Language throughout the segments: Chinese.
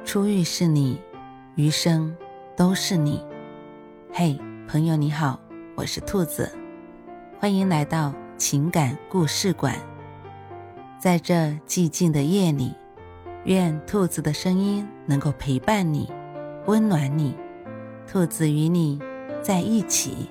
初遇是你，余生都是你。嘿，朋友你好，我是兔子，欢迎来到情感故事馆。在这寂静的夜里，愿兔子的声音能够陪伴你，温暖你。兔子与你在一起。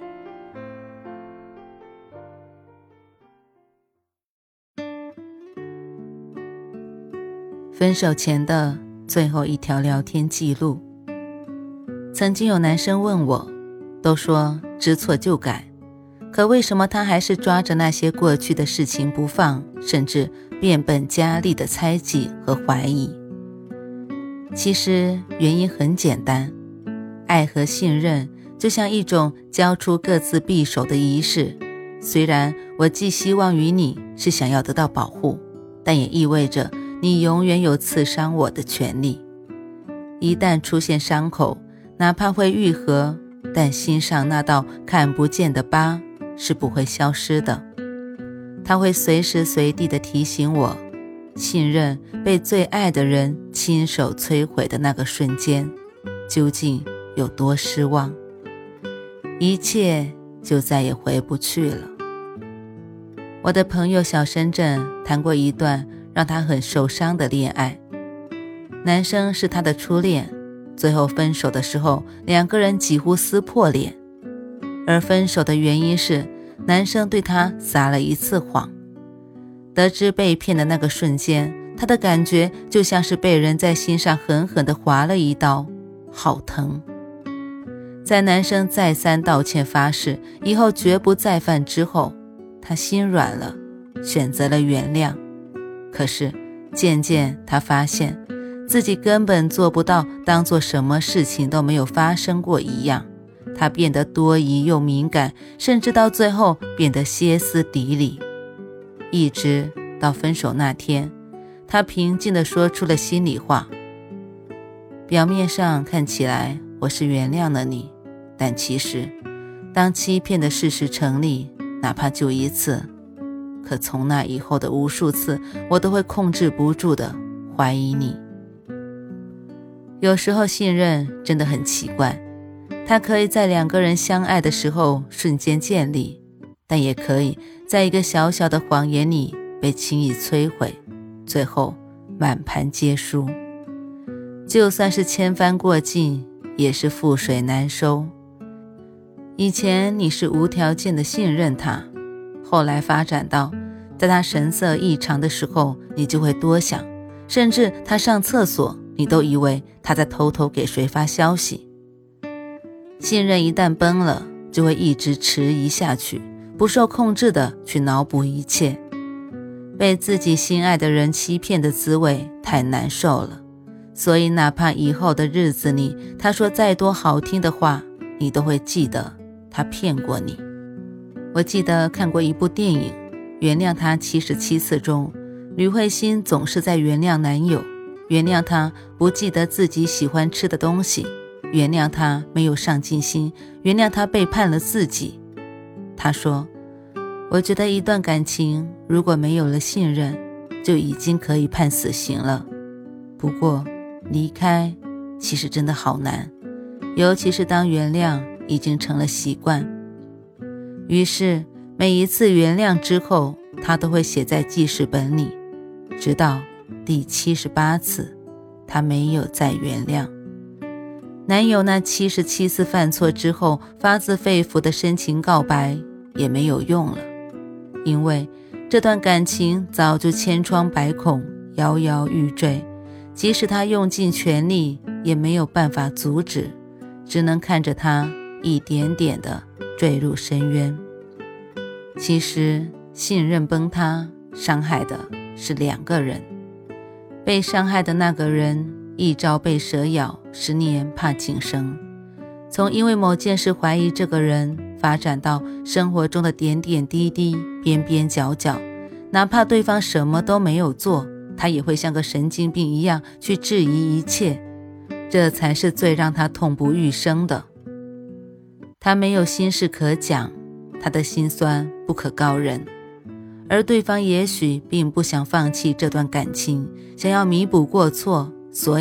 分手前的最后一条聊天记录。曾经有男生问我，都说知错就改，可为什么他还是抓着那些过去的事情不放，甚至变本加厉的猜忌和怀疑？其实原因很简单，爱和信任就像一种交出各自匕首的仪式。虽然我寄希望于你是想要得到保护，但也意味着你永远有刺伤我的权利。一旦出现伤口，哪怕会愈合，但心上那道看不见的疤是不会消失的。它会随时随地地提醒我，信任被最爱的人亲手摧毁的那个瞬间，究竟有多失望。一切就再也回不去了。我的朋友小深圳谈过一段让他很受伤的恋爱，男生是他的初恋，最后分手的时候，两个人几乎撕破脸。而分手的原因是男生对他撒了一次谎。得知被骗的那个瞬间，他的感觉就像是被人在心上狠狠地划了一刀，好疼。在男生再三道歉发誓以后绝不再犯之后，他心软了，选择了原谅。可是渐渐他发现自己根本做不到当做什么事情都没有发生过一样。他变得多疑又敏感，甚至到最后变得歇斯底里。一直到分手那天，他平静地说出了心里话。表面上看起来我是原谅了你，但其实当欺骗的事实成立，哪怕就一次，可从那以后的无数次，我都会控制不住地怀疑你。有时候信任真的很奇怪，它可以在两个人相爱的时候瞬间建立，但也可以在一个小小的谎言里被轻易摧毁，最后满盘皆输。就算是千帆过尽，也是覆水难收。以前你是无条件的信任他，后来发展到在他神色异常的时候，你就会多想，甚至他上厕所，你都以为他在偷偷给谁发消息。信任一旦崩了，就会一直迟疑下去，不受控制的去脑补一切。被自己心爱的人欺骗的滋味太难受了，所以哪怕以后的日子里，他说再多好听的话，你都会记得他骗过你。我记得看过一部电影，原谅他77次中，吕慧欣总是在原谅男友，原谅他不记得自己喜欢吃的东西，原谅他没有上进心，原谅他背叛了自己。他说，我觉得一段感情如果没有了信任，就已经可以判死刑了。不过离开其实真的好难，尤其是当原谅已经成了习惯。于是每一次原谅之后，他都会写在记事本里，直到第78次，他没有再原谅。男友那77次犯错之后发自肺腑的深情告白也没有用了，因为这段感情早就千疮百孔，摇摇欲坠，即使他用尽全力也没有办法阻止，只能看着他一点点地坠入深渊。其实信任崩塌，伤害的是两个人。被伤害的那个人一朝被蛇咬，10年怕井绳。从因为某件事怀疑这个人，发展到生活中的点点滴滴，边边角角，哪怕对方什么都没有做，他也会像个神经病一样去质疑一切。这才是最让他痛不欲生的。他没有心事可讲，他的心酸不可告人，而对方也许并不想放弃这段感情，想要弥补过错，所以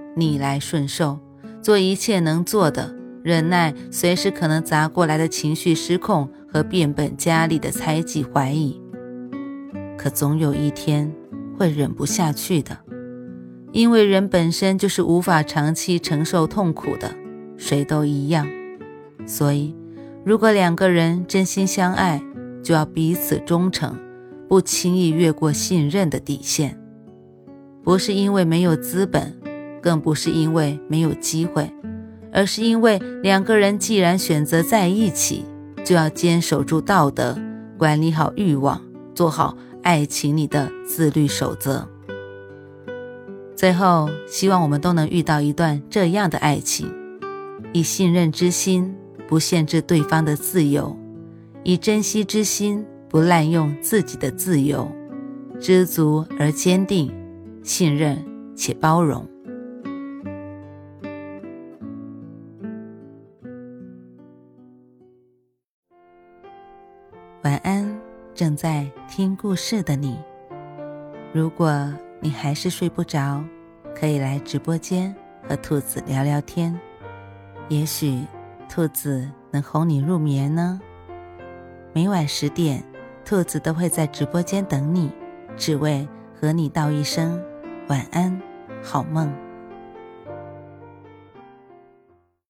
逆来顺受，做一切能做的，忍耐随时可能砸过来的情绪失控和变本加厉的猜忌怀疑。可总有一天会忍不下去的，因为人本身就是无法长期承受痛苦的，谁都一样。所以如果两个人真心相爱，就要彼此忠诚，不轻易越过信任的底线。不是因为没有资本，更不是因为没有机会，而是因为两个人既然选择在一起，就要坚守住道德，管理好欲望，做好爱情里的自律守则。最后，希望我们都能遇到一段这样的爱情，以信任之心，不限制对方的自由，以珍惜之心，不滥用自己的自由，知足而坚定，信任且包容。晚安，正在听故事的你。如果你还是睡不着，可以来直播间和兔子聊聊天，也许兔子能哄你入眠呢。每晚10点，兔子都会在直播间等你，只为和你道一声晚安，好梦。